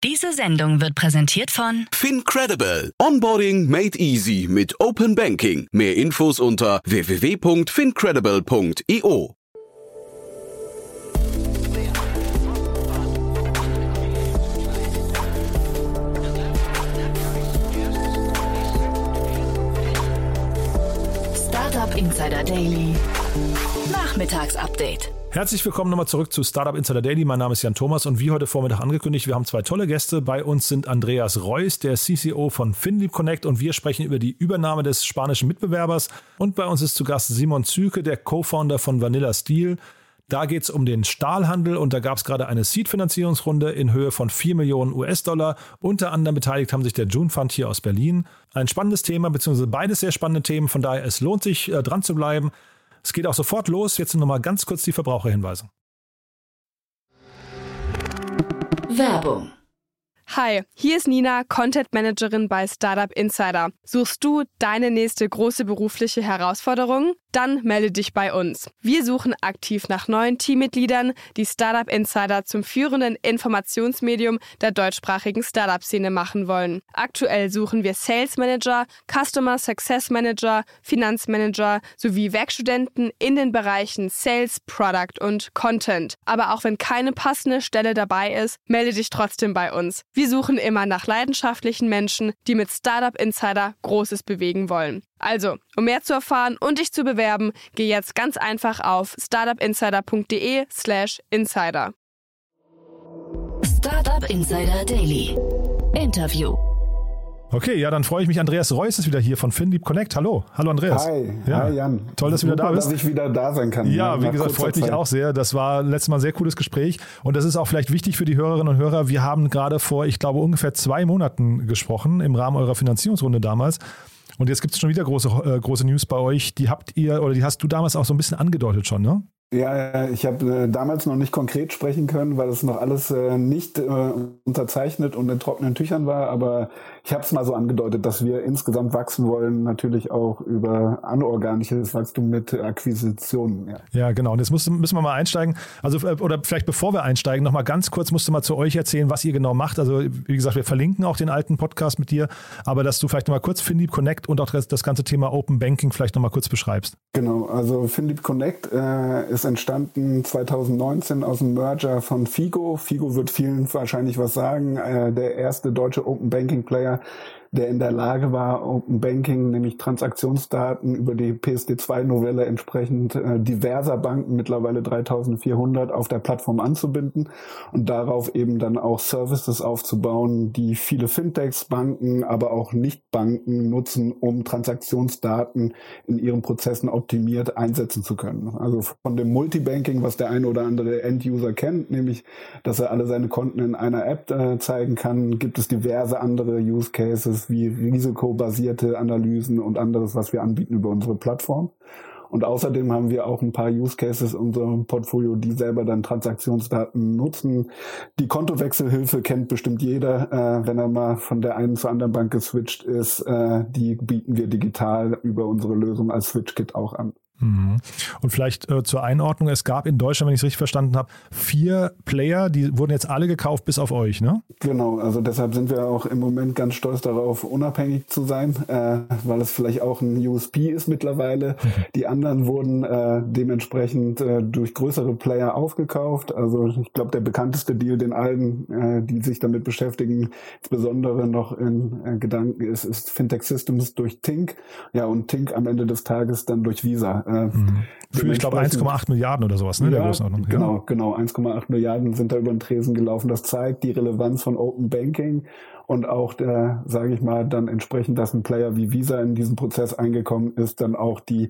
Diese Sendung wird präsentiert von FinCredible. Onboarding made easy mit Open Banking. Mehr Infos unter www.fincredible.io. Startup Insider Daily. Nachmittagsupdate. Herzlich willkommen nochmal zurück zu Startup Insider Daily. Mein Name ist Jan Thomas und wie heute Vormittag angekündigt, wir haben zwei tolle Gäste. Bei uns sind Andreas Reuss, der CCO von FinLeap und wir sprechen über die Übernahme des spanischen Mitbewerbers. Und bei uns ist zu Gast Simon Züke, der Co-Founder von Vanilla Steel. Da geht es um den Stahlhandel und da gab es gerade eine Seed-Finanzierungsrunde in Höhe von 4 Millionen US-Dollar. Unter anderem beteiligt haben sich der June Fund hier aus Berlin. Ein spannendes Thema, beziehungsweise beides sehr spannende Themen. Von daher, es lohnt sich, dran zu bleiben. Es geht auch sofort los. Jetzt nochmal ganz kurz die Verbraucherhinweise. Werbung. Hi, hier ist Nina, Content Managerin bei Startup Insider. Suchst du deine nächste große berufliche Herausforderung? Dann melde dich bei uns. Wir suchen aktiv nach neuen Teammitgliedern, die Startup Insider zum führenden Informationsmedium der deutschsprachigen Startup-Szene machen wollen. Aktuell suchen wir Sales Manager, Customer Success Manager, Finanzmanager sowie Werkstudenten in den Bereichen Sales, Product und Content. Aber auch wenn keine passende Stelle dabei ist, melde dich trotzdem bei uns. Wir suchen immer nach leidenschaftlichen Menschen, die mit Startup Insider Großes bewegen wollen. Also, um mehr zu erfahren und dich zu bewerben, geh jetzt ganz einfach auf startupinsider.de/insider. Startup Insider Daily. Interview. Okay, ja, dann freue ich mich. Andreas Reuss ist wieder hier von FinLeap Connect. Hallo Andreas. Hi, ja. Hi Jan. Toll, dass du wieder da bist. Dass ich wieder da sein kann. Ja, wie gesagt, freut mich auch sehr. Das war letztes Mal ein sehr cooles Gespräch und das ist auch vielleicht wichtig für die Hörerinnen und Hörer. Wir haben gerade vor, ich glaube, ungefähr 2 Monaten gesprochen im Rahmen eurer Finanzierungsrunde damals. Und jetzt gibt es schon wieder große News bei euch. Die habt ihr oder die hast du damals auch so ein bisschen angedeutet schon, ne? Ja, ich habe damals noch nicht konkret sprechen können, weil es noch alles nicht unterzeichnet und in trockenen Tüchern war. Aber ich habe es mal so angedeutet, dass wir insgesamt wachsen wollen, natürlich auch über anorganisches Wachstum mit Akquisitionen. Ja, genau. Und jetzt müssen wir mal einsteigen. Also oder vielleicht bevor wir einsteigen, noch mal ganz kurz musst du mal zu euch erzählen, was ihr genau macht. Also wie gesagt, wir verlinken auch den alten Podcast mit dir, aber dass du vielleicht noch mal kurz FinLeap Connect und auch das ganze Thema Open Banking vielleicht noch mal kurz beschreibst. Genau. Also FinLeap Connect ist entstanden 2019 aus dem Merger von Figo. Figo wird vielen wahrscheinlich was sagen. Der erste deutsche Open Banking Player, der in der Lage war, Open Banking, nämlich Transaktionsdaten über die PSD2-Novelle entsprechend diverser Banken, mittlerweile 3400, auf der Plattform anzubinden und darauf eben dann auch Services aufzubauen, die viele Fintechs, Banken, aber auch Nicht-Banken nutzen, um Transaktionsdaten in ihren Prozessen optimiert einsetzen zu können. Also von dem Multibanking, was der eine oder andere End-User kennt, nämlich, dass er alle seine Konten in einer App zeigen kann, gibt es diverse andere Use Cases, wie risikobasierte Analysen und anderes, was wir anbieten über unsere Plattform. Und außerdem haben wir auch ein paar Use Cases in unserem Portfolio, die selber dann Transaktionsdaten nutzen. Die Kontowechselhilfe kennt bestimmt jeder, wenn er mal von der einen zur anderen Bank geswitcht ist. Die bieten wir digital über unsere Lösung als SwitchKit auch an. Und vielleicht zur Einordnung, es gab in Deutschland, wenn ich es richtig verstanden habe, 4 Player, die wurden jetzt alle gekauft bis auf euch, ne? Genau, also deshalb sind wir auch im Moment ganz stolz darauf, unabhängig zu sein, weil es vielleicht auch ein USP ist mittlerweile. Die anderen wurden dementsprechend durch größere Player aufgekauft. Also ich glaube, der bekannteste Deal, den allen, die sich damit beschäftigen, insbesondere noch in Gedanken ist Fintech Systems durch Tink. Ja, und Tink am Ende des Tages dann durch Visa. Für, ich glaube, 1,8 Milliarden oder sowas, ne? Ja, der Größenordnung. Genau. 1,8 Milliarden sind da über den Tresen gelaufen. Das zeigt die Relevanz von Open Banking und auch, sage ich mal, dann entsprechend, dass ein Player wie Visa in diesen Prozess eingekommen ist, dann auch die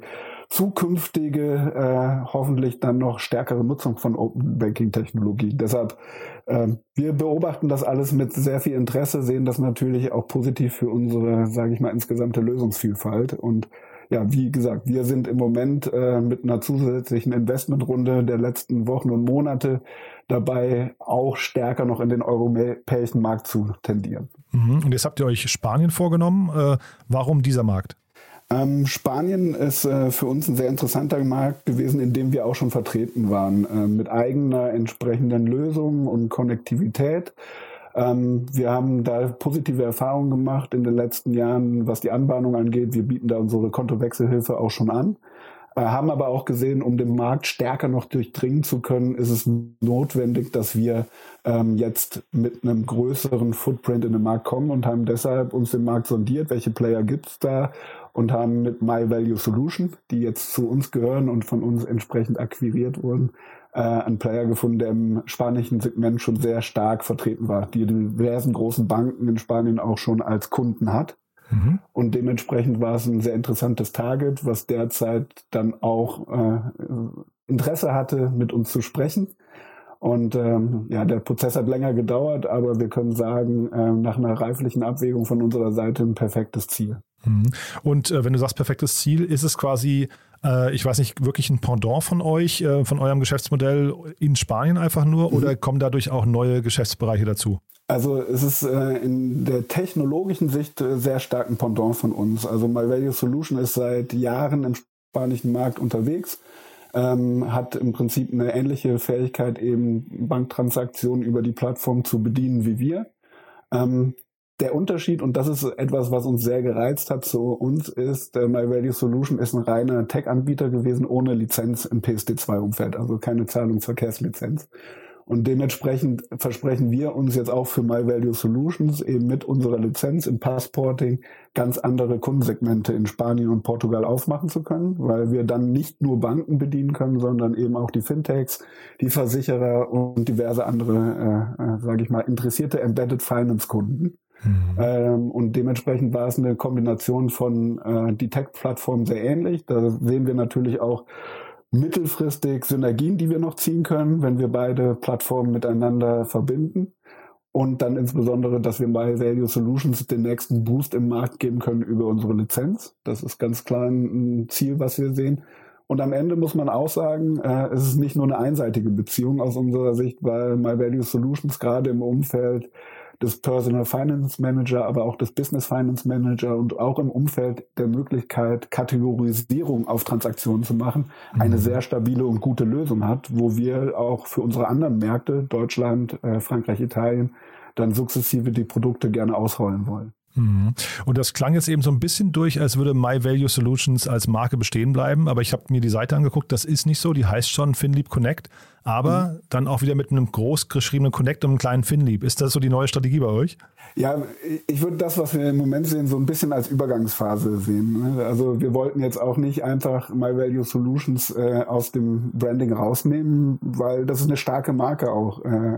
zukünftige, hoffentlich dann noch stärkere Nutzung von Open Banking Technologie. Deshalb, wir beobachten das alles mit sehr viel Interesse, sehen das natürlich auch positiv für unsere, sage ich mal, insgesamte Lösungsvielfalt. Und ja, wie gesagt, wir sind im Moment mit einer zusätzlichen Investmentrunde der letzten Wochen und Monate dabei, auch stärker noch in den europäischen Markt zu tendieren. Und jetzt habt ihr euch Spanien vorgenommen. Warum dieser Markt? Spanien ist für uns ein sehr interessanter Markt gewesen, in dem wir auch schon vertreten waren, mit eigener entsprechenden Lösung und Konnektivität. Wir haben da positive Erfahrungen gemacht in den letzten Jahren, was die Anbahnung angeht. Wir bieten da unsere Kontowechselhilfe auch schon an. Haben aber auch gesehen, um den Markt stärker noch durchdringen zu können, ist es notwendig, dass wir jetzt mit einem größeren Footprint in den Markt kommen und haben deshalb uns den Markt sondiert, welche Player gibt's da, und haben mit MyValue Solution, die jetzt zu uns gehören und von uns entsprechend akquiriert wurden, einen Player gefunden, der im spanischen Segment schon sehr stark vertreten war, die diversen großen Banken in Spanien auch schon als Kunden hat. Und dementsprechend war es ein sehr interessantes Target, was derzeit dann auch Interesse hatte, mit uns zu sprechen. Und der Prozess hat länger gedauert, aber wir können sagen, nach einer reiflichen Abwägung von unserer Seite ein perfektes Ziel. Und wenn du sagst perfektes Ziel, ist es quasi, ich weiß nicht, wirklich ein Pendant von euch, von eurem Geschäftsmodell in Spanien einfach nur, oder kommen dadurch auch neue Geschäftsbereiche dazu? Also es ist in der technologischen Sicht sehr stark ein Pendant von uns. Also MyValue Solution ist seit Jahren im spanischen Markt unterwegs, hat im Prinzip eine ähnliche Fähigkeit, eben Banktransaktionen über die Plattform zu bedienen wie wir. Der Unterschied, und das ist etwas, was uns sehr gereizt hat zu uns, ist, MyValue Solution ist ein reiner Tech-Anbieter gewesen, ohne Lizenz im PSD2-Umfeld, also keine Zahlungsverkehrslizenz. Und dementsprechend versprechen wir uns jetzt auch für MyValue Solutions eben mit unserer Lizenz im Passporting ganz andere Kundensegmente in Spanien und Portugal aufmachen zu können, weil wir dann nicht nur Banken bedienen können, sondern eben auch die Fintechs, die Versicherer und diverse andere, interessierte Embedded Finance Kunden. Und dementsprechend war es eine Kombination von die Tech-Plattform sehr ähnlich. Da sehen wir natürlich auch mittelfristig Synergien, die wir noch ziehen können, wenn wir beide Plattformen miteinander verbinden. Und dann insbesondere, dass wir MyValue Solutions den nächsten Boost im Markt geben können über unsere Lizenz. Das ist ganz klar ein Ziel, was wir sehen. Und am Ende muss man auch sagen, es ist nicht nur eine einseitige Beziehung aus unserer Sicht, weil MyValue Solutions gerade im Umfeld des Personal Finance Manager, aber auch des Business Finance Manager und auch im Umfeld der Möglichkeit, Kategorisierung auf Transaktionen zu machen, eine sehr stabile und gute Lösung hat, wo wir auch für unsere anderen Märkte, Deutschland, Frankreich, Italien, dann sukzessive die Produkte gerne ausrollen wollen. Und das klang jetzt eben so ein bisschen durch, als würde MyValue Solutions als Marke bestehen bleiben, aber ich habe mir die Seite angeguckt, das ist nicht so, die heißt schon FinLeap Connect, aber dann auch wieder mit einem groß geschriebenen Connect und einem kleinen FinLeap. Ist das so die neue Strategie bei euch? Ja, ich würde das, was wir im Moment sehen, so ein bisschen als Übergangsphase sehen. Also wir wollten jetzt auch nicht einfach MyValue Solutions aus dem Branding rausnehmen, weil das ist eine starke Marke auch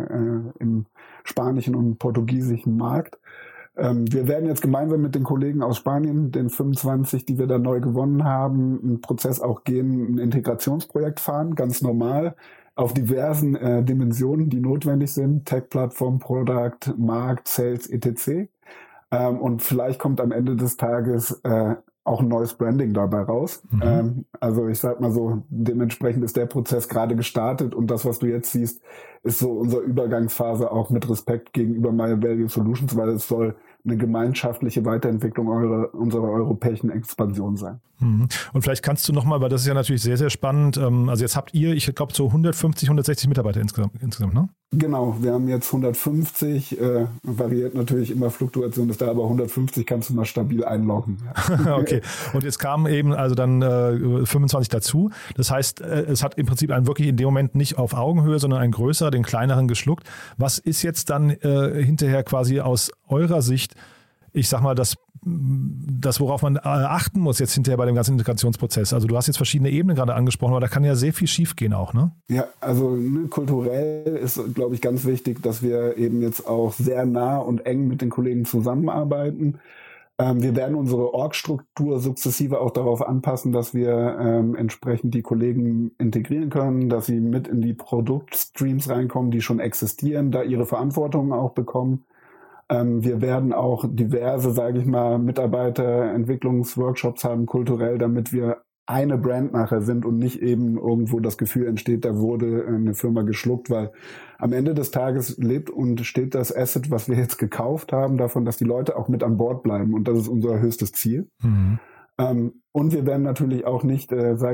im spanischen und portugiesischen Markt. Wir werden jetzt gemeinsam mit den Kollegen aus Spanien, den 25, die wir da neu gewonnen haben, einen Prozess auch gehen, ein Integrationsprojekt fahren, ganz normal, auf diversen Dimensionen, die notwendig sind, Tech-Plattform, Product, Markt, Sales, etc. Und vielleicht kommt am Ende des Tages auch ein neues Branding dabei raus. Also ich sag mal so, dementsprechend ist der Prozess gerade gestartet und das, was du jetzt siehst, ist so unsere Übergangsphase auch mit Respekt gegenüber MyValue Solutions, weil es soll eine gemeinschaftliche Weiterentwicklung unserer europäischen Expansion sein. Und vielleicht kannst du nochmal, weil das ist ja natürlich sehr, sehr spannend, also jetzt habt ihr, ich glaube, so 150, 160 Mitarbeiter insgesamt, ne? Genau, wir haben jetzt 150, variiert natürlich immer, Fluktuation ist da, aber 150 kannst du mal stabil einloggen. Okay, und jetzt kamen eben also dann 25 dazu. Das heißt, es hat im Prinzip einen wirklich in dem Moment nicht auf Augenhöhe, sondern ein größerer, den kleineren geschluckt. Was ist jetzt dann hinterher quasi aus eurer Sicht, ich sag mal, das worauf man achten muss jetzt hinterher bei dem ganzen Integrationsprozess? Also du hast jetzt verschiedene Ebenen gerade angesprochen, aber da kann ja sehr viel schief gehen auch, ne? Ja, also kulturell ist, glaube ich, ganz wichtig, dass wir eben jetzt auch sehr nah und eng mit den Kollegen zusammenarbeiten. Wir werden unsere Org-Struktur sukzessive auch darauf anpassen, dass wir entsprechend die Kollegen integrieren können, dass sie mit in die Produktstreams reinkommen, die schon existieren, da ihre Verantwortung auch bekommen. Wir werden auch diverse, sage ich mal, Mitarbeiterentwicklungsworkshops haben, kulturell, damit wir eine Brand nachher sind und nicht eben irgendwo das Gefühl entsteht, da wurde eine Firma geschluckt, weil am Ende des Tages lebt und steht das Asset, was wir jetzt gekauft haben, davon, dass die Leute auch mit an Bord bleiben und das ist unser höchstes Ziel. Und wir werden natürlich auch nicht,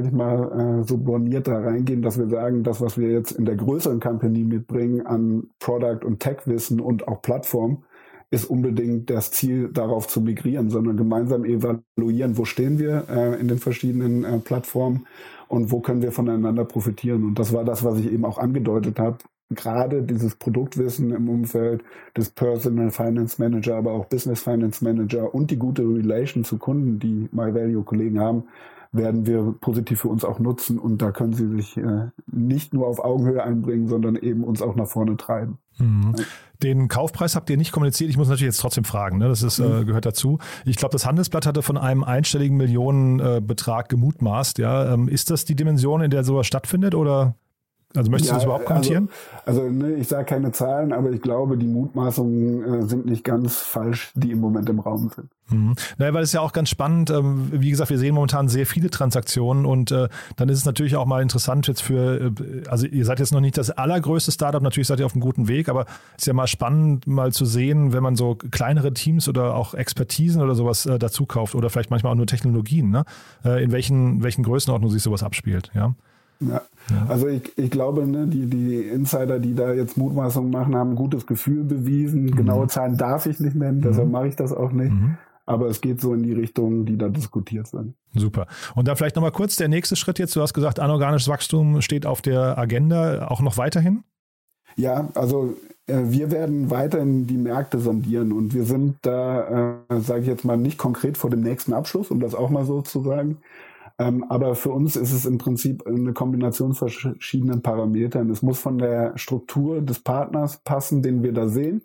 so borniert da reingehen, dass wir sagen, das, was wir jetzt in der größeren Company mitbringen an Product- und Tech-Wissen und auch Plattform, ist unbedingt das Ziel, darauf zu migrieren, sondern gemeinsam evaluieren, wo stehen wir in den verschiedenen Plattformen und wo können wir voneinander profitieren. Und das war das, was ich eben auch angedeutet habe. Gerade dieses Produktwissen im Umfeld des Personal Finance Manager, aber auch Business Finance Manager und die gute Relation zu Kunden, die MyValue-Kollegen haben, werden wir positiv für uns auch nutzen. Und da können sie sich nicht nur auf Augenhöhe einbringen, sondern eben uns auch nach vorne treiben. Mhm. Den Kaufpreis habt ihr nicht kommuniziert. Ich muss natürlich jetzt trotzdem fragen. Ne? Das ist, gehört dazu. Ich glaube, das Handelsblatt hatte von einem einstelligen Millionenbetrag gemutmaßt. Ja? Ist das die Dimension, in der sowas stattfindet, oder? Also möchtest du das überhaupt kommentieren? Ich sage keine Zahlen, aber ich glaube, die Mutmaßungen sind nicht ganz falsch, die im Moment im Raum sind. Naja, weil es ja auch ganz spannend, wie gesagt, wir sehen momentan sehr viele Transaktionen und dann ist es natürlich auch mal interessant jetzt also ihr seid jetzt noch nicht das allergrößte Startup, natürlich seid ihr auf einem guten Weg, aber es ist ja mal spannend mal zu sehen, wenn man so kleinere Teams oder auch Expertisen oder sowas dazu kauft oder vielleicht manchmal auch nur Technologien, ne? In welchen Größenordnungen sich sowas abspielt, ja? Ja, also ich glaube, ne, die Insider, die da jetzt Mutmaßungen machen, haben ein gutes Gefühl bewiesen. Genaue Zahlen darf ich nicht nennen, deshalb mache ich das auch nicht. Aber es geht so in die Richtung, die da diskutiert werden. Super. Und dann vielleicht nochmal kurz der nächste Schritt jetzt. Du hast gesagt, anorganisches Wachstum steht auf der Agenda auch noch weiterhin? Ja, also wir werden weiterhin die Märkte sondieren und wir sind da, sage ich jetzt mal, nicht konkret vor dem nächsten Abschluss, um das auch mal so zu sagen. Aber für uns ist es im Prinzip eine Kombination von verschiedenen Parametern. Es muss von der Struktur des Partners passen, den wir da sehen.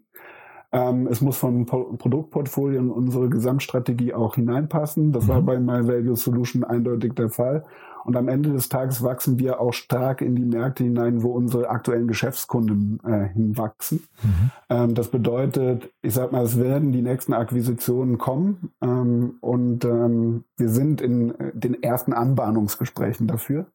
Es muss vom Produktportfolio in unsere Gesamtstrategie auch hineinpassen. Das war bei MyValue Solution eindeutig der Fall. Und am Ende des Tages wachsen wir auch stark in die Märkte hinein, wo unsere aktuellen Geschäftskunden hinwachsen. Das bedeutet, ich sag mal, es werden die nächsten Akquisitionen kommen und wir sind in den ersten Anbahnungsgesprächen dafür.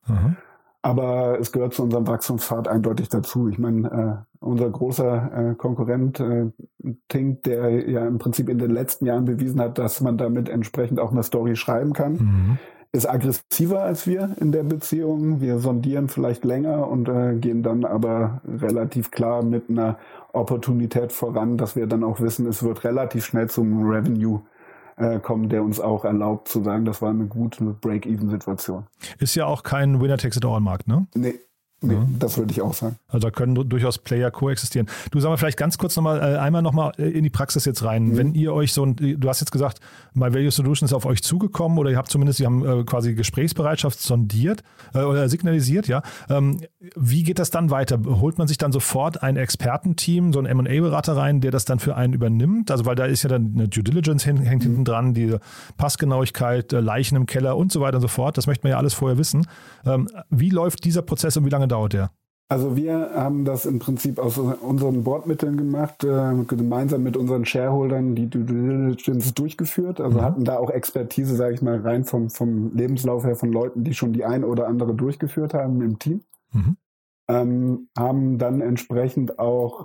Aber es gehört zu unserem Wachstumspfad eindeutig dazu. Ich meine, unser großer Konkurrent Tink, der ja im Prinzip in den letzten Jahren bewiesen hat, dass man damit entsprechend auch eine Story schreiben kann, ist aggressiver als wir in der Beziehung. Wir sondieren vielleicht länger und gehen dann aber relativ klar mit einer Opportunität voran, dass wir dann auch wissen, es wird relativ schnell zum Revenue kommen, der uns auch erlaubt zu sagen, das war eine gute Break-Even-Situation. Ist ja auch kein Winner-Takes-it-all-Markt, ne? Nee, das würde ich auch sagen. Also da können durchaus Player koexistieren. Du, sag mal vielleicht ganz kurz einmal nochmal in die Praxis jetzt rein. Wenn ihr euch du hast jetzt gesagt, MyValue Solution ist auf euch zugekommen oder ihr haben quasi Gesprächsbereitschaft sondiert oder signalisiert, ja. Wie geht das dann weiter? Holt man sich dann sofort ein Expertenteam, so ein M&A-Berater rein, der das dann für einen übernimmt? Also weil da ist ja dann eine Due Diligence hängt hinten dran, die Passgenauigkeit, Leichen im Keller und so weiter und so fort. Das möchte man ja alles vorher wissen. Wie läuft dieser Prozess und wie lange dauert der? Also wir haben das im Prinzip aus unseren Bordmitteln gemacht, gemeinsam mit unseren Shareholdern die Due Diligence durchgeführt. Also hatten da auch Expertise, sage ich mal, rein vom Lebenslauf her von Leuten, die schon die ein oder andere durchgeführt haben im Team. Haben dann entsprechend auch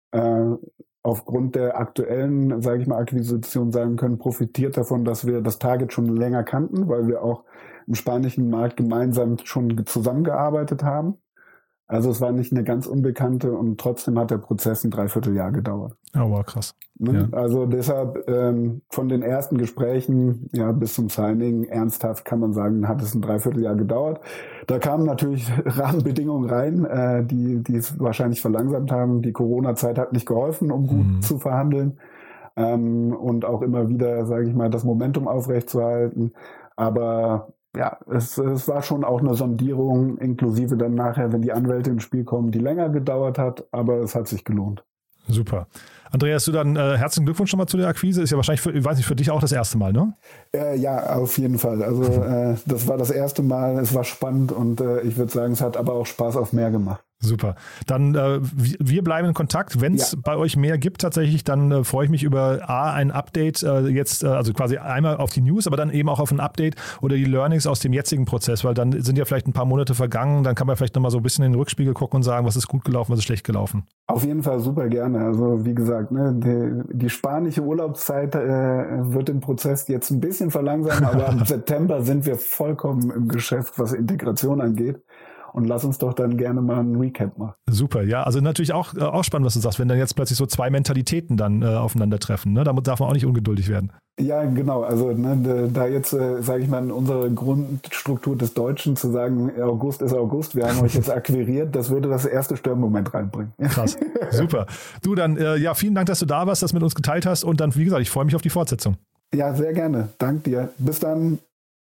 aufgrund der aktuellen, sage ich mal, Akquisition sagen können, profitiert davon, dass wir das Target schon länger kannten, weil wir auch im spanischen Markt gemeinsam schon zusammengearbeitet haben. Also es war nicht eine ganz unbekannte und trotzdem hat der Prozess ein Dreivierteljahr gedauert. Oh, wow, krass. Ne? Ja. Also deshalb von den ersten Gesprächen bis zum Signing, ernsthaft kann man sagen, hat es ein Dreivierteljahr gedauert. Da kamen natürlich Rahmenbedingungen rein, die es wahrscheinlich verlangsamt haben. Die Corona-Zeit hat nicht geholfen, um gut zu verhandeln und auch immer wieder, sage ich mal, das Momentum aufrechtzuerhalten. Aber ja, es war schon auch eine Sondierung, inklusive dann nachher, wenn die Anwälte ins Spiel kommen, die länger gedauert hat, aber es hat sich gelohnt. Super. Andreas, du dann herzlichen Glückwunsch schon mal zu der Akquise. Ist ja wahrscheinlich, für dich auch das erste Mal, ne? Ja, auf jeden Fall. Also das war das erste Mal, es war spannend und ich würde sagen, es hat aber auch Spaß auf mehr gemacht. Super. Dann wir bleiben in Kontakt. Wenn es bei euch mehr gibt tatsächlich, dann freue ich mich über ein Update jetzt, also quasi einmal auf die News, aber dann eben auch auf ein Update oder die Learnings aus dem jetzigen Prozess, weil dann sind ja vielleicht ein paar Monate vergangen, dann kann man vielleicht nochmal so ein bisschen in den Rückspiegel gucken und sagen, was ist gut gelaufen, was ist schlecht gelaufen. Auf jeden Fall super gerne. Also wie gesagt, ne, die spanische Urlaubszeit wird den Prozess jetzt ein bisschen verlangsamen, aber im September sind wir vollkommen im Geschäft, was Integration angeht. Und lass uns doch dann gerne mal einen Recap machen. Super, ja. Also natürlich auch spannend, was du sagst, wenn dann jetzt plötzlich so zwei Mentalitäten dann aufeinandertreffen. Ne? Damit darf man auch nicht ungeduldig werden. Ja, genau. Also da jetzt, sage ich mal, in unserer Grundstruktur des Deutschen zu sagen, August ist August, wir haben euch jetzt akquiriert, das würde das erste Störmoment reinbringen. Krass, super. Du dann, vielen Dank, dass du da warst, das mit uns geteilt hast und dann, wie gesagt, ich freue mich auf die Fortsetzung. Ja, sehr gerne. Dank dir. Bis dann.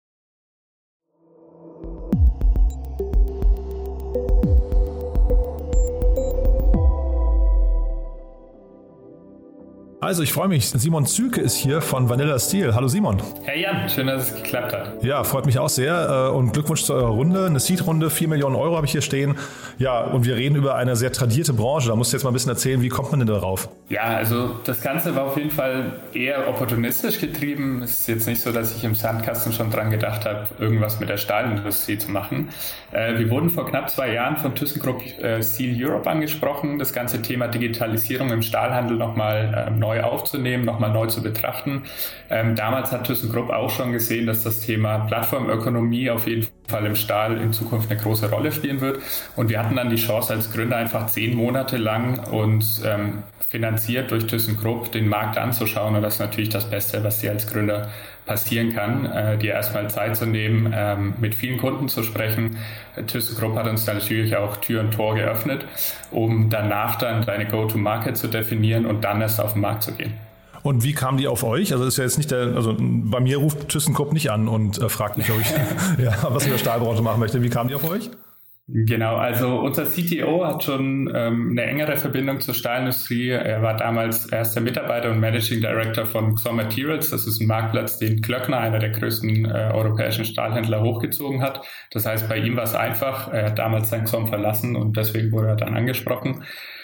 Also ich freue mich, Simon Züke ist hier von Vanilla Steel. Hallo Simon. Hey Jan, schön, dass es geklappt hat. Ja, freut mich auch sehr und Glückwunsch zu eurer Runde. Eine Seed-Runde, 4 Millionen Euro habe ich hier stehen. Ja, und wir reden über eine sehr tradierte Branche. Da musst du jetzt mal ein bisschen erzählen, wie kommt man denn darauf? Ja, also das Ganze war auf jeden Fall eher opportunistisch getrieben. Es ist jetzt nicht so, dass ich im Sandkasten schon dran gedacht habe, irgendwas mit der Stahlindustrie zu machen. Wir wurden vor knapp 2 Jahren von ThyssenKrupp Steel Europe angesprochen, das ganze Thema Digitalisierung im Stahlhandel nochmal neu aufzunehmen, nochmal neu zu betrachten. Damals hat ThyssenKrupp auch schon gesehen, dass das Thema Plattformökonomie auf jeden Fall im Stahl in Zukunft eine große Rolle spielen wird. Und wir hatten dann die Chance als Gründer einfach 10 Monate lang uns finanziert durch ThyssenKrupp den Markt anzuschauen. Und das ist natürlich das Beste, was dir als Gründer passieren kann, dir erstmal Zeit zu nehmen, mit vielen Kunden zu sprechen. ThyssenKrupp hat uns natürlich auch Tür und Tor geöffnet, um danach dann deine Go-to-Market zu definieren und dann erst auf den Markt zu gehen. Und wie kam die auf euch? Also ist ja jetzt nicht bei mir ruft ThyssenKrupp nicht an und fragt mich, ob ich was in der Stahlbranche machen möchte. Wie kam die auf euch? Genau, also unser CTO hat schon eine engere Verbindung zur Stahlindustrie. Er war damals erster Mitarbeiter und Managing Director von XOM Materials. Das ist ein Marktplatz, den Klöckner, einer der größten europäischen Stahlhändler, hochgezogen hat. Das heißt, bei ihm war es einfach. Er hat damals sein XOM verlassen und deswegen wurde er dann angesprochen.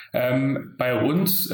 Bei uns,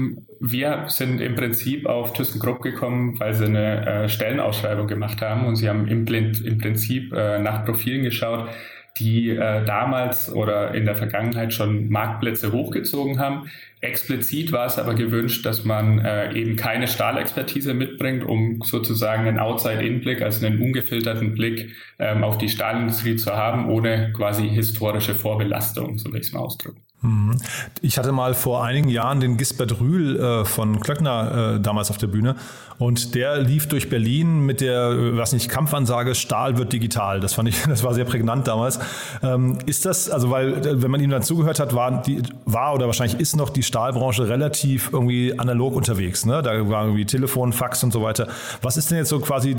wir sind im Prinzip auf ThyssenKrupp gekommen, weil sie eine Stellenausschreibung gemacht haben und sie haben im Prinzip nach Profilen geschaut, die damals oder in der Vergangenheit schon Marktplätze hochgezogen haben. Explizit war es aber gewünscht, dass man eben keine Stahlexpertise mitbringt, um sozusagen einen Outside-In-Blick, also einen ungefilterten Blick auf die Stahlindustrie zu haben, ohne quasi historische Vorbelastung, so will ich es mal ausdrücken. Ich hatte mal vor einigen Jahren den Gisbert Rühl von Klöckner damals auf der Bühne und der lief durch Berlin mit der, Kampfansage, Stahl wird digital. Das war sehr prägnant damals. Ist das, also weil, wenn man ihm dann zugehört hat, war oder wahrscheinlich ist noch die Stahlbranche relativ irgendwie analog unterwegs, ne? Da war irgendwie Telefon, Fax und so weiter. Was ist denn jetzt so quasi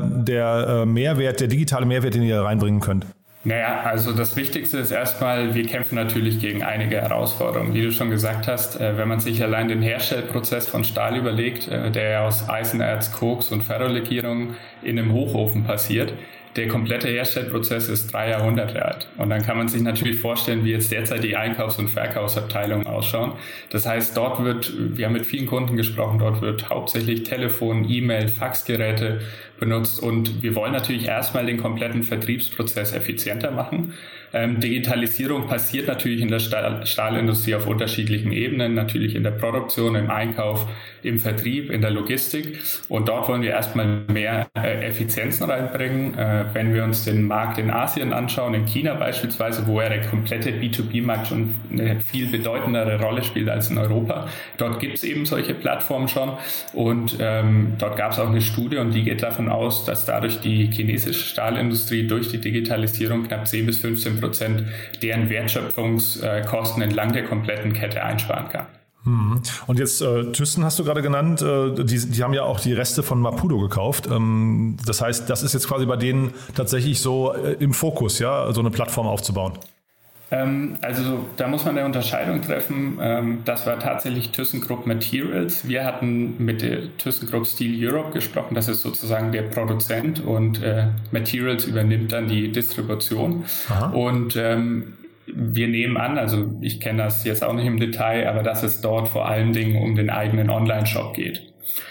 der Mehrwert, der digitale Mehrwert, den ihr reinbringen könnt? Naja, also das Wichtigste ist erstmal, wir kämpfen natürlich gegen einige Herausforderungen. Wie du schon gesagt hast, wenn man sich allein den Herstellprozess von Stahl überlegt, der ja aus Eisenerz, Koks und Ferrolegierung in einem Hochofen passiert, der komplette Herstellprozess ist 3 Jahrhunderte alt. Und dann kann man sich natürlich vorstellen, wie jetzt derzeit die Einkaufs- und Verkaufsabteilungen ausschauen. Das heißt, wir haben mit vielen Kunden gesprochen, dort wird hauptsächlich Telefon, E-Mail, Faxgeräte benutzt und wir wollen natürlich erstmal den kompletten Vertriebsprozess effizienter machen. Digitalisierung passiert natürlich in der Stahlindustrie auf unterschiedlichen Ebenen, natürlich in der Produktion, im Einkauf, im Vertrieb, in der Logistik und dort wollen wir erstmal mehr Effizienzen reinbringen. Wenn wir uns den Markt in Asien anschauen, in China beispielsweise, wo ja der komplette B2B-Markt schon eine viel bedeutendere Rolle spielt als in Europa, dort gibt es eben solche Plattformen schon und dort gab es auch eine Studie und die geht davon aus, dass dadurch die chinesische Stahlindustrie durch die Digitalisierung knapp 10-15% deren Wertschöpfungskosten entlang der kompletten Kette einsparen kann. Und jetzt Thyssen hast du gerade genannt, die haben ja auch die Reste von Maputo gekauft. Das heißt, das ist jetzt quasi bei denen tatsächlich so im Fokus, ja, so eine Plattform aufzubauen. Also da muss man eine Unterscheidung treffen. Das war tatsächlich ThyssenKrupp Materials. Wir hatten mit der ThyssenKrupp Steel Europe gesprochen. Das ist sozusagen der Produzent und Materials übernimmt dann die Distribution. Aha. Und wir nehmen an, also ich kenne das jetzt auch nicht im Detail, aber dass es dort vor allen Dingen um den eigenen Online-Shop geht.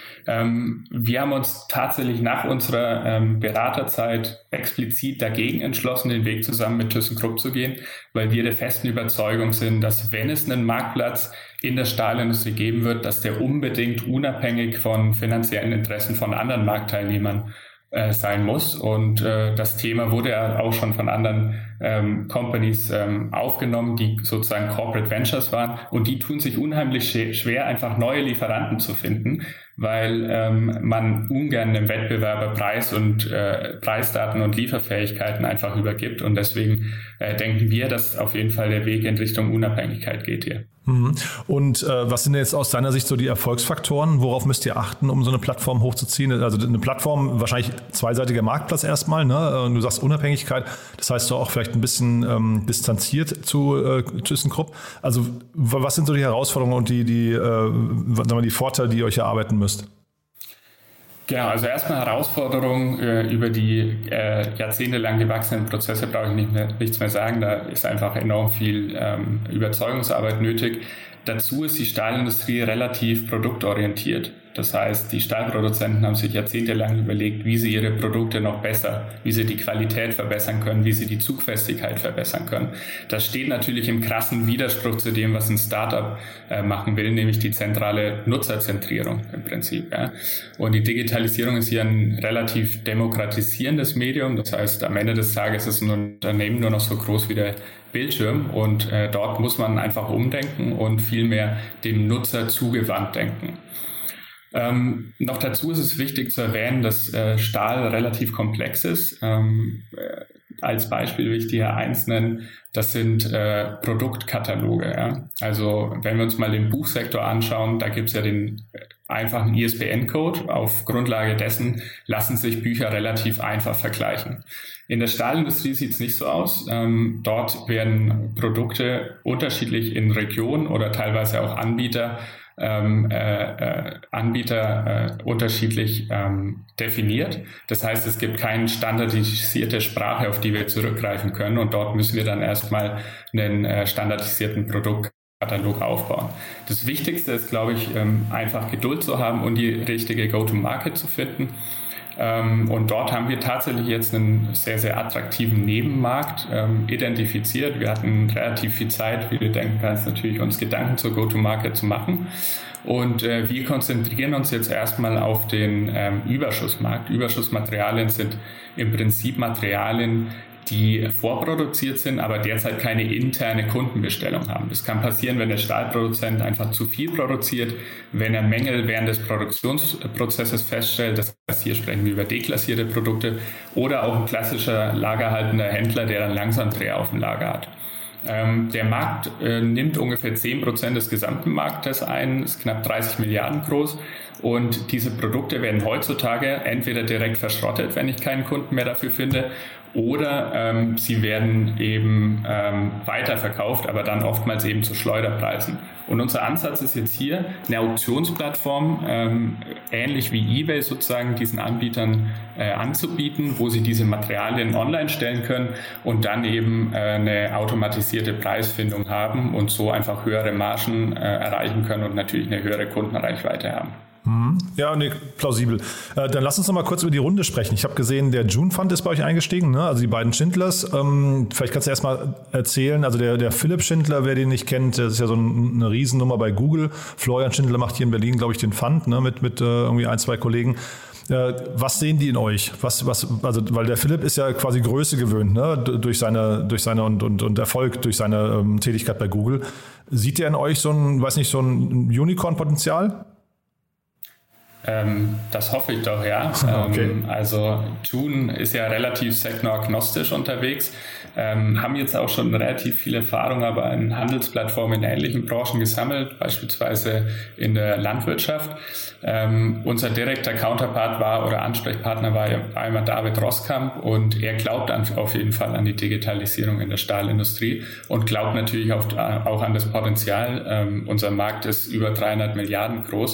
Wir haben uns tatsächlich nach unserer Beraterzeit explizit dagegen entschlossen, den Weg zusammen mit ThyssenKrupp zu gehen, weil wir der festen Überzeugung sind, dass wenn es einen Marktplatz in der Stahlindustrie geben wird, dass der unbedingt unabhängig von finanziellen Interessen von anderen Marktteilnehmern sein muss. Und das Thema wurde ja auch schon von anderen Companies aufgenommen, die sozusagen Corporate Ventures waren. Und die tun sich unheimlich schwer, einfach neue Lieferanten zu finden, weil man ungern dem Wettbewerber Preisdaten und Lieferfähigkeiten einfach übergibt. Und deswegen denken wir, dass auf jeden Fall der Weg in Richtung Unabhängigkeit geht hier. Und was sind jetzt aus deiner Sicht so die Erfolgsfaktoren? Worauf müsst ihr achten, um so eine Plattform hochzuziehen? Also eine Plattform, wahrscheinlich zweiseitiger Marktplatz erstmal, ne? Und du sagst Unabhängigkeit, das heißt doch auch vielleicht ein bisschen distanziert zu ThyssenKrupp. Also was sind so die Herausforderungen und die Vorteile, die ihr euch erarbeiten müsst? Genau, also erstmal Herausforderung über die jahrzehntelang gewachsenen Prozesse brauche ich nichts mehr sagen. Da ist einfach enorm viel Überzeugungsarbeit nötig. Dazu ist die Stahlindustrie relativ produktorientiert. Das heißt, die Stahlproduzenten haben sich jahrzehntelang überlegt, wie sie ihre Produkte noch besser, wie sie die Qualität verbessern können, wie sie die Zugfestigkeit verbessern können. Das steht natürlich im krassen Widerspruch zu dem, was ein Startup machen will, nämlich die zentrale Nutzerzentrierung im Prinzip. Ja. Und die Digitalisierung ist hier ein relativ demokratisierendes Medium. Das heißt, am Ende des Tages ist ein Unternehmen nur noch so groß wie der Bildschirm und dort muss man einfach umdenken und viel mehr dem Nutzer zugewandt denken. Noch dazu ist es wichtig zu erwähnen, dass Stahl relativ komplex ist. Als Beispiel will ich die hier eins nennen, das sind Produktkataloge. Ja? Also wenn wir uns mal den Buchsektor anschauen, da gibt es ja den einfachen ISBN-Code. Auf Grundlage dessen lassen sich Bücher relativ einfach vergleichen. In der Stahlindustrie sieht es nicht so aus. Dort werden Produkte unterschiedlich in Regionen oder teilweise auch Anbieter unterschiedlich definiert. Das heißt, es gibt keine standardisierte Sprache, auf die wir zurückgreifen können und dort müssen wir dann erstmal einen standardisierten Produktkatalog aufbauen. Das Wichtigste ist, glaube ich, einfach Geduld zu haben und die richtige Go-to-Market zu finden. Und dort haben wir tatsächlich jetzt einen sehr, sehr attraktiven Nebenmarkt identifiziert. Wir hatten relativ viel Zeit, wie du denken kannst, natürlich uns Gedanken zur Go-to-Market zu machen. Und wir konzentrieren uns jetzt erstmal auf den Überschussmarkt. Überschussmaterialien sind im Prinzip Materialien, die vorproduziert sind, aber derzeit keine interne Kundenbestellung haben. Das kann passieren, wenn der Stahlproduzent einfach zu viel produziert, wenn er Mängel während des Produktionsprozesses feststellt. Das heißt, hier sprechen wir über deklassierte Produkte oder auch ein klassischer lagerhaltender Händler, der dann langsam Dreher auf dem Lager hat. Der Markt nimmt ungefähr 10% des gesamten Marktes ein, ist knapp 30 Milliarden groß und diese Produkte werden heutzutage entweder direkt verschrottet, wenn ich keinen Kunden mehr dafür finde, oder sie werden eben weiterverkauft, aber dann oftmals eben zu Schleuderpreisen. Und unser Ansatz ist jetzt hier, eine Auktionsplattform, ähnlich wie eBay sozusagen, diesen Anbietern anzubieten, wo sie diese Materialien online stellen können und dann eben eine automatisierte Preisfindung haben und so einfach höhere Margen erreichen können und natürlich eine höhere Kundenreichweite haben. Ja, nee, plausibel. Dann lass uns noch mal kurz über die Runde sprechen. Ich habe gesehen, der June Fund ist bei euch eingestiegen, ne? Also die beiden Schindlers. Vielleicht kannst du erst mal erzählen, also der Philipp Schindler, wer den nicht kennt, das ist ja so eine Riesennummer bei Google. Florian Schindler macht hier in Berlin, glaube ich, den Fund, ne? mit irgendwie 1, 2 Kollegen. Was sehen die in euch? Also, weil der Philipp ist ja quasi Größe gewöhnt, ne? durch seine und Erfolg durch seine Tätigkeit bei Google. Sieht er in euch so ein Unicorn-Potenzial? Das hoffe ich doch, ja. Okay. Also June ist ja relativ sektoragnostisch unterwegs, haben jetzt auch schon relativ viel Erfahrung aber in Handelsplattformen in ähnlichen Branchen gesammelt, beispielsweise in der Landwirtschaft. Unser direkter Counterpart Ansprechpartner war ja einmal David Rosskamp und er glaubt auf jeden Fall an die Digitalisierung in der Stahlindustrie und glaubt natürlich auch an das Potenzial. Unser Markt ist über 300 Milliarden groß.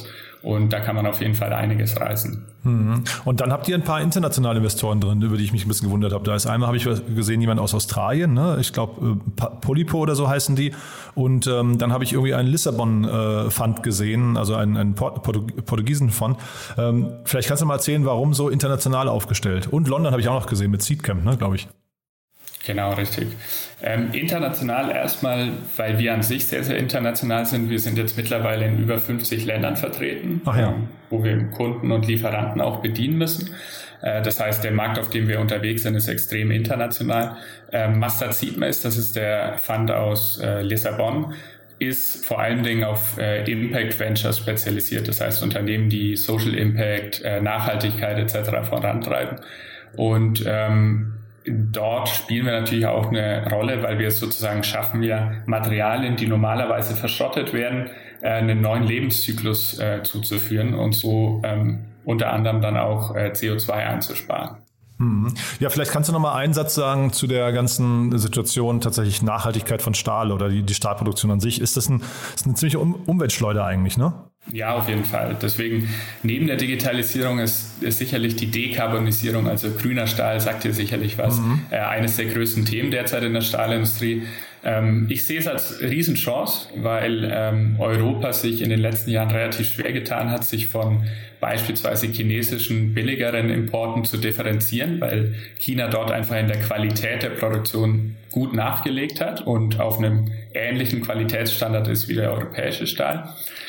Und da kann man auf jeden Fall einiges reißen. Und dann habt ihr ein paar internationale Investoren drin, über die ich mich ein bisschen gewundert habe. Da ist einmal, habe ich gesehen, jemand aus Australien, ne? Ich glaube Polypo oder so heißen die. Und dann habe ich irgendwie einen Lissabon-Fund gesehen, also einen Portugiesen-Fund. Vielleicht kannst du mal erzählen, warum so international aufgestellt. Und London habe ich auch noch gesehen mit Seedcamp, ne, glaube ich. Genau, richtig. International erstmal, weil wir an sich sehr, sehr international sind. Wir sind jetzt mittlerweile in über 50 Ländern vertreten, wo wir Kunden und Lieferanten auch bedienen müssen. Das heißt, der Markt, auf dem wir unterwegs sind, ist extrem international. Mustard Seed Maize, das ist der Fund aus Lissabon, ist vor allen Dingen auf Impact Venture spezialisiert. Das heißt, Unternehmen, die Social Impact, Nachhaltigkeit etc. vorantreiben. Und dort spielen wir natürlich auch eine Rolle, weil wir es sozusagen schaffen, Materialien, die normalerweise verschrottet werden, einen neuen Lebenszyklus zuzuführen und so unter anderem dann auch CO2 einzusparen. Ja, vielleicht kannst du noch mal einen Satz sagen zu der ganzen Situation tatsächlich Nachhaltigkeit von Stahl oder die Stahlproduktion an sich. Ist eine ziemliche Umweltschleuder eigentlich, ne? Ja, auf jeden Fall. Deswegen, neben der Digitalisierung ist sicherlich die Dekarbonisierung, also grüner Stahl, sagt dir sicherlich was, eines der größten Themen derzeit in der Stahlindustrie. Ich sehe es als Riesenchance, weil Europa sich in den letzten Jahren relativ schwer getan hat, sich von beispielsweise chinesischen billigeren Importen zu differenzieren, weil China dort einfach in der Qualität der Produktion gut nachgelegt hat und auf einem ähnlichen Qualitätsstandard ist wie der europäische Stahl.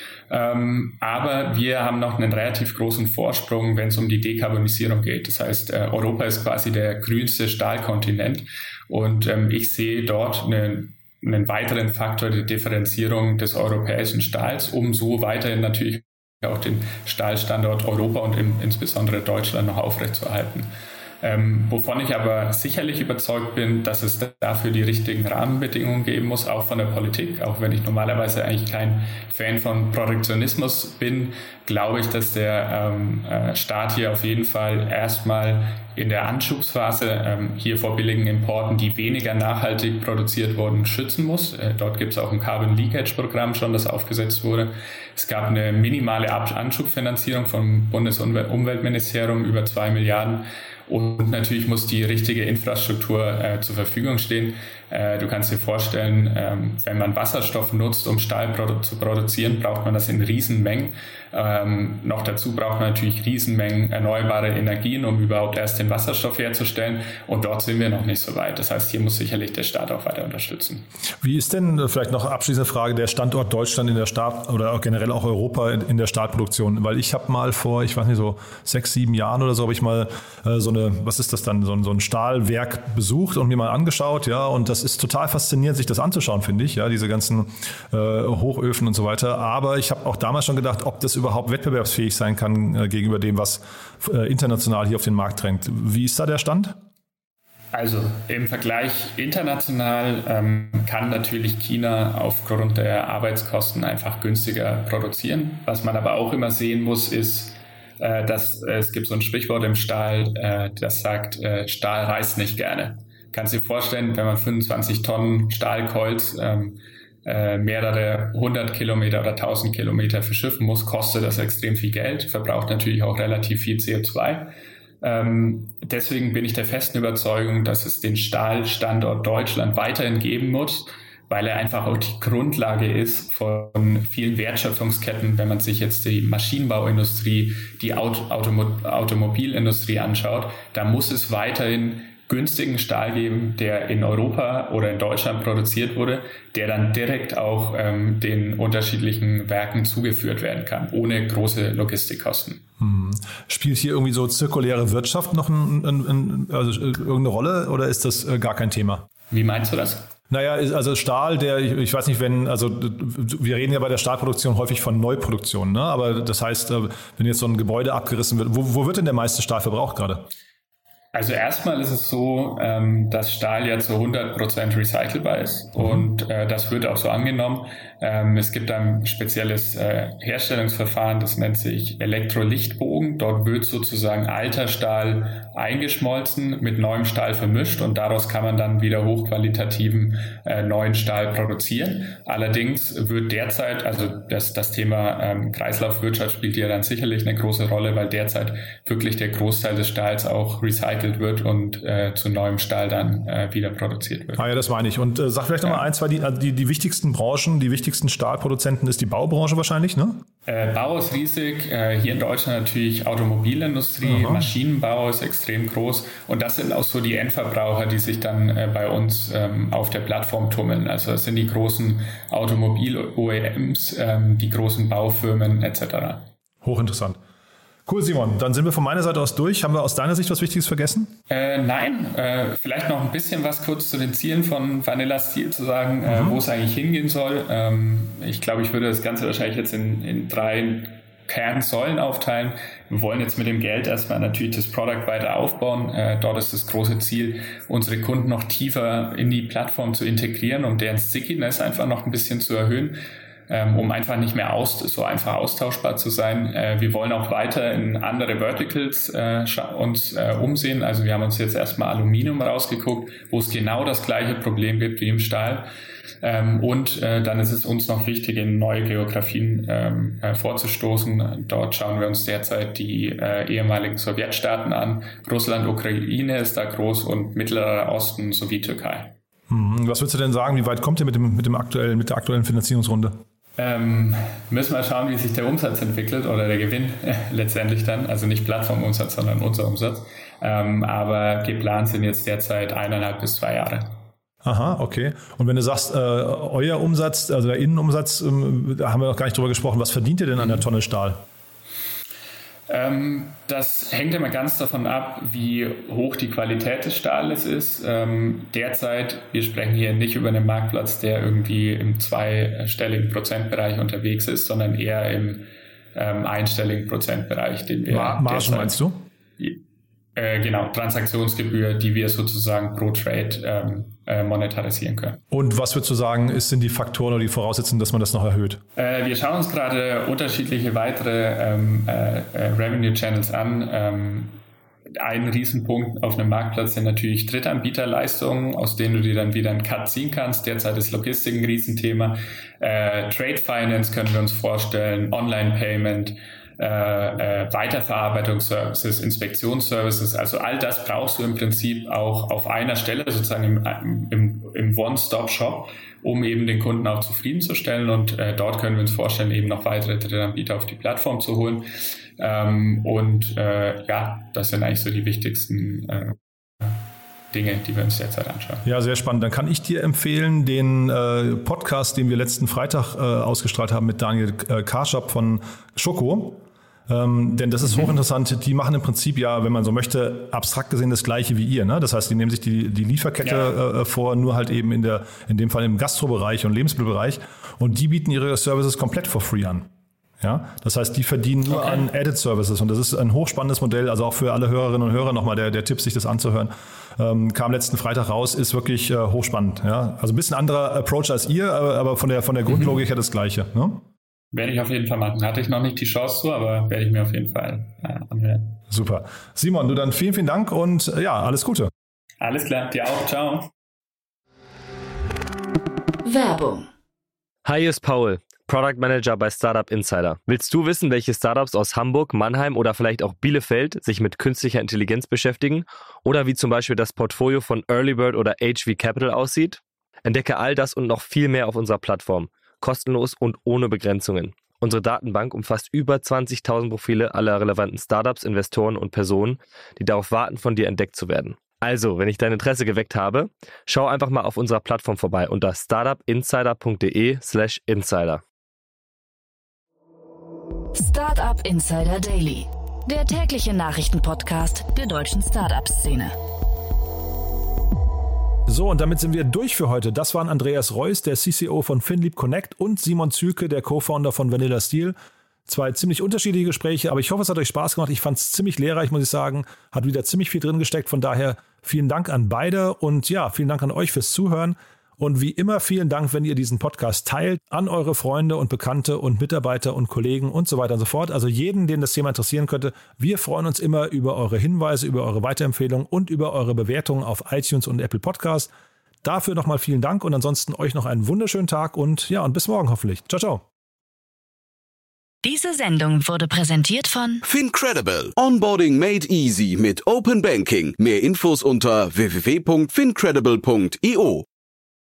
Aber wir haben noch einen relativ großen Vorsprung, wenn es um die Dekarbonisierung geht. Das heißt, Europa ist quasi der grünste Stahlkontinent und ich sehe dort einen weiteren Faktor der Differenzierung des europäischen Stahls, um so weiterhin natürlich auch den Stahlstandort Europa und insbesondere Deutschland noch aufrechtzuerhalten. Wovon ich aber sicherlich überzeugt bin, dass es dafür die richtigen Rahmenbedingungen geben muss, auch von der Politik. Auch wenn ich normalerweise eigentlich kein Fan von Protektionismus bin, glaube ich, dass der Staat hier auf jeden Fall erstmal in der Anschubsphase hier vor billigen Importen, die weniger nachhaltig produziert wurden, schützen muss. Dort gibt es auch ein Carbon Leakage Programm schon, das aufgesetzt wurde. Es gab eine minimale Anschubfinanzierung vom Bundesumweltministerium über 2 Milliarden. Und natürlich muss die richtige Infrastruktur zur Verfügung stehen. Du kannst dir vorstellen, wenn man Wasserstoff nutzt, um Stahl zu produzieren, braucht man das in Riesenmengen. Noch dazu braucht man natürlich Riesenmengen erneuerbare Energien, um überhaupt erst den Wasserstoff herzustellen. Und dort sind wir noch nicht so weit. Das heißt, hier muss sicherlich der Staat auch weiter unterstützen. Wie ist denn, vielleicht noch abschließende Frage, der Standort Deutschland in der Stahl oder auch generell auch Europa in der Stahlproduktion? Weil ich habe mal vor, ich weiß nicht, so 6, 7 Jahren oder so, habe ich mal was ist das dann, so ein Stahlwerk besucht und mir mal angeschaut, ja, und das ist total faszinierend, sich das anzuschauen, finde ich, ja, diese ganzen Hochöfen und so weiter. Aber ich habe auch damals schon gedacht, ob das überhaupt wettbewerbsfähig sein kann gegenüber dem, was international hier auf den Markt drängt. Wie ist da der Stand? Also im Vergleich international kann natürlich China aufgrund der Arbeitskosten einfach günstiger produzieren. Was man aber auch immer sehen muss, ist, dass es gibt so ein Sprichwort im Stahl, das sagt, Stahl reißt nicht gerne. Kannst dir vorstellen, wenn man 25 Tonnen Stahlkolz mehrere 100 Kilometer oder 1000 Kilometer verschiffen muss, kostet das extrem viel Geld, verbraucht natürlich auch relativ viel CO2. Deswegen bin ich der festen Überzeugung, dass es den Stahlstandort Deutschland weiterhin geben muss, weil er einfach auch die Grundlage ist von vielen Wertschöpfungsketten. Wenn man sich jetzt die Maschinenbauindustrie, die Automobilindustrie anschaut, da muss es weiterhin günstigen Stahl geben, der in Europa oder in Deutschland produziert wurde, der dann direkt auch den unterschiedlichen Werken zugeführt werden kann, ohne große Logistikkosten. Spielt hier irgendwie so zirkuläre Wirtschaft noch irgendeine Rolle oder ist das gar kein Thema? Wie meinst du das? Naja, also Stahl, ich weiß nicht, wir reden ja bei der Stahlproduktion häufig von Neuproduktion, ne? Aber das heißt, wenn jetzt so ein Gebäude abgerissen wird, wo wird denn der meiste Stahl verbraucht gerade? Also erstmal ist es so, dass Stahl ja zu 100% recycelbar ist und das wird auch so angenommen. Es gibt ein spezielles Herstellungsverfahren, das nennt sich Elektrolichtbogen. Dort wird sozusagen alter Stahl eingeschmolzen, mit neuem Stahl vermischt und daraus kann man dann wieder hochqualitativen neuen Stahl produzieren. Allerdings wird derzeit, also das Thema Kreislaufwirtschaft spielt ja dann sicherlich eine große Rolle, weil derzeit wirklich der Großteil des Stahls auch recycelt wird und zu neuem Stahl dann wieder produziert wird. Ah ja, das meine ich. Und sag vielleicht nochmal ein, zwei, die wichtigsten Branchen, die wichtigsten Stahlproduzenten ist die Baubranche wahrscheinlich, ne? Bau ist riesig. Hier in Deutschland natürlich Automobilindustrie, Maschinenbau ist extrem groß. Und das sind auch so die Endverbraucher, die sich dann bei uns auf der Plattform tummeln. Also das sind die großen Automobil-OEMs, die großen Baufirmen etc. Hochinteressant. Cool, Simon. Dann sind wir von meiner Seite aus durch. Haben wir aus deiner Sicht was Wichtiges vergessen? Nein. Vielleicht noch ein bisschen was kurz zu den Zielen von Vanilla Steel zu sagen, wo es eigentlich hingehen soll. Ich glaube, ich würde das Ganze wahrscheinlich jetzt in 3 Kernsäulen aufteilen. Wir wollen jetzt mit dem Geld erstmal natürlich das Product weiter aufbauen. Dort ist das große Ziel, unsere Kunden noch tiefer in die Plattform zu integrieren, um deren Stickiness einfach noch ein bisschen zu erhöhen. Um einfach nicht mehr so einfach austauschbar zu sein. Wir wollen auch weiter in andere Verticals uns umsehen. Also wir haben uns jetzt erstmal Aluminium rausgeguckt, wo es genau das gleiche Problem gibt wie im Stahl. Und dann ist es uns noch wichtig, in neue Geografien vorzustoßen. Dort schauen wir uns derzeit die ehemaligen Sowjetstaaten an. Russland, Ukraine ist da groß und Mittlerer Osten sowie Türkei. Was würdest du denn sagen, wie weit kommt ihr mit der aktuellen Finanzierungsrunde? Müssen wir schauen, wie sich der Umsatz entwickelt oder der Gewinn letztendlich dann, also nicht Plattformumsatz, sondern unser Umsatz. Aber geplant sind jetzt derzeit 1,5 bis 2 Jahre. Aha, okay. Und wenn du sagst, euer Umsatz, also der Innenumsatz, da haben wir noch gar nicht drüber gesprochen, was verdient ihr denn an der Tonne Stahl? Das hängt immer ganz davon ab, wie hoch die Qualität des Stahles ist. Derzeit, wir sprechen hier nicht über einen Marktplatz, der irgendwie im 2-stelligen Prozentbereich unterwegs ist, sondern eher im einstelligen Prozentbereich, den wir Margen meinst du? Genau, Transaktionsgebühr, die wir sozusagen pro Trade monetarisieren können. Und was würdest du sagen, sind die Faktoren oder die Voraussetzungen, dass man das noch erhöht? Wir schauen uns gerade unterschiedliche weitere Revenue Channels an. Ein Riesenpunkt auf einem Marktplatz sind natürlich Drittanbieterleistungen, aus denen du dir dann wieder einen Cut ziehen kannst. Derzeit ist Logistik ein Riesenthema. Trade Finance können wir uns vorstellen, Online Payment, Weiterverarbeitungsservices, Inspektionsservices, also all das brauchst du im Prinzip auch auf einer Stelle, sozusagen im One-Stop-Shop, um eben den Kunden auch zufriedenzustellen und dort können wir uns vorstellen, eben noch weitere Drittanbieter auf die Plattform zu holen das sind eigentlich so die wichtigsten Dinge, die wir uns derzeit anschauen. Ja, sehr spannend. Dann kann ich dir empfehlen, den Podcast, den wir letzten Freitag ausgestrahlt haben mit Daniel Karschap von Schoko. Denn das ist hochinteressant. Die machen im Prinzip ja, wenn man so möchte, abstrakt gesehen das Gleiche wie ihr. Ne? Das heißt, die nehmen sich die Lieferkette vor, nur halt eben in dem Fall im Gastrobereich und Lebensmittelbereich. Und die bieten ihre Services komplett for free an. Ja, das heißt, die verdienen nur an Added Services und das ist ein hochspannendes Modell, also auch für alle Hörerinnen und Hörer nochmal der Tipp, sich das anzuhören. Kam letzten Freitag raus, ist wirklich hochspannend. Ja? Also ein bisschen anderer Approach als ihr, aber von der Grundlogik her das Gleiche. Ne? Werde ich auf jeden Fall machen. Hatte ich noch nicht die Chance zu, aber werde ich mir auf jeden Fall anhören. Super. Simon, du dann vielen, vielen Dank und alles Gute. Alles klar, dir auch. Ciao. Werbung. Hi, hier ist Paul, Product Manager bei Startup Insider. Willst du wissen, welche Startups aus Hamburg, Mannheim oder vielleicht auch Bielefeld sich mit künstlicher Intelligenz beschäftigen? Oder wie zum Beispiel das Portfolio von Earlybird oder HV Capital aussieht? Entdecke all das und noch viel mehr auf unserer Plattform. Kostenlos und ohne Begrenzungen. Unsere Datenbank umfasst über 20.000 Profile aller relevanten Startups, Investoren und Personen, die darauf warten, von dir entdeckt zu werden. Also, wenn ich dein Interesse geweckt habe, schau einfach mal auf unserer Plattform vorbei unter startupinsider.de/insider. Startup Insider Daily, der tägliche Nachrichtenpodcast der deutschen Startup-Szene. So, und damit sind wir durch für heute. Das waren Andreas Reuss, der CCO von FinLeap Connect und Simon Zühlke, der Co-Founder von Vanilla Steel. 2 ziemlich unterschiedliche Gespräche, aber ich hoffe, es hat euch Spaß gemacht. Ich fand es ziemlich lehrreich, muss ich sagen. Hat wieder ziemlich viel drin gesteckt. Von daher vielen Dank an beide und ja, vielen Dank an euch fürs Zuhören. Und wie immer vielen Dank, wenn ihr diesen Podcast teilt an eure Freunde und Bekannte und Mitarbeiter und Kollegen und so weiter und so fort. Also jeden, den das Thema interessieren könnte. Wir freuen uns immer über eure Hinweise, über eure Weiterempfehlungen und über eure Bewertungen auf iTunes und Apple Podcasts. Dafür nochmal vielen Dank und ansonsten euch noch einen wunderschönen Tag und ja, und bis morgen hoffentlich. Ciao, ciao. Diese Sendung wurde präsentiert von Fincredible. Onboarding made easy mit Open Banking. Mehr Infos unter www.fincredible.io.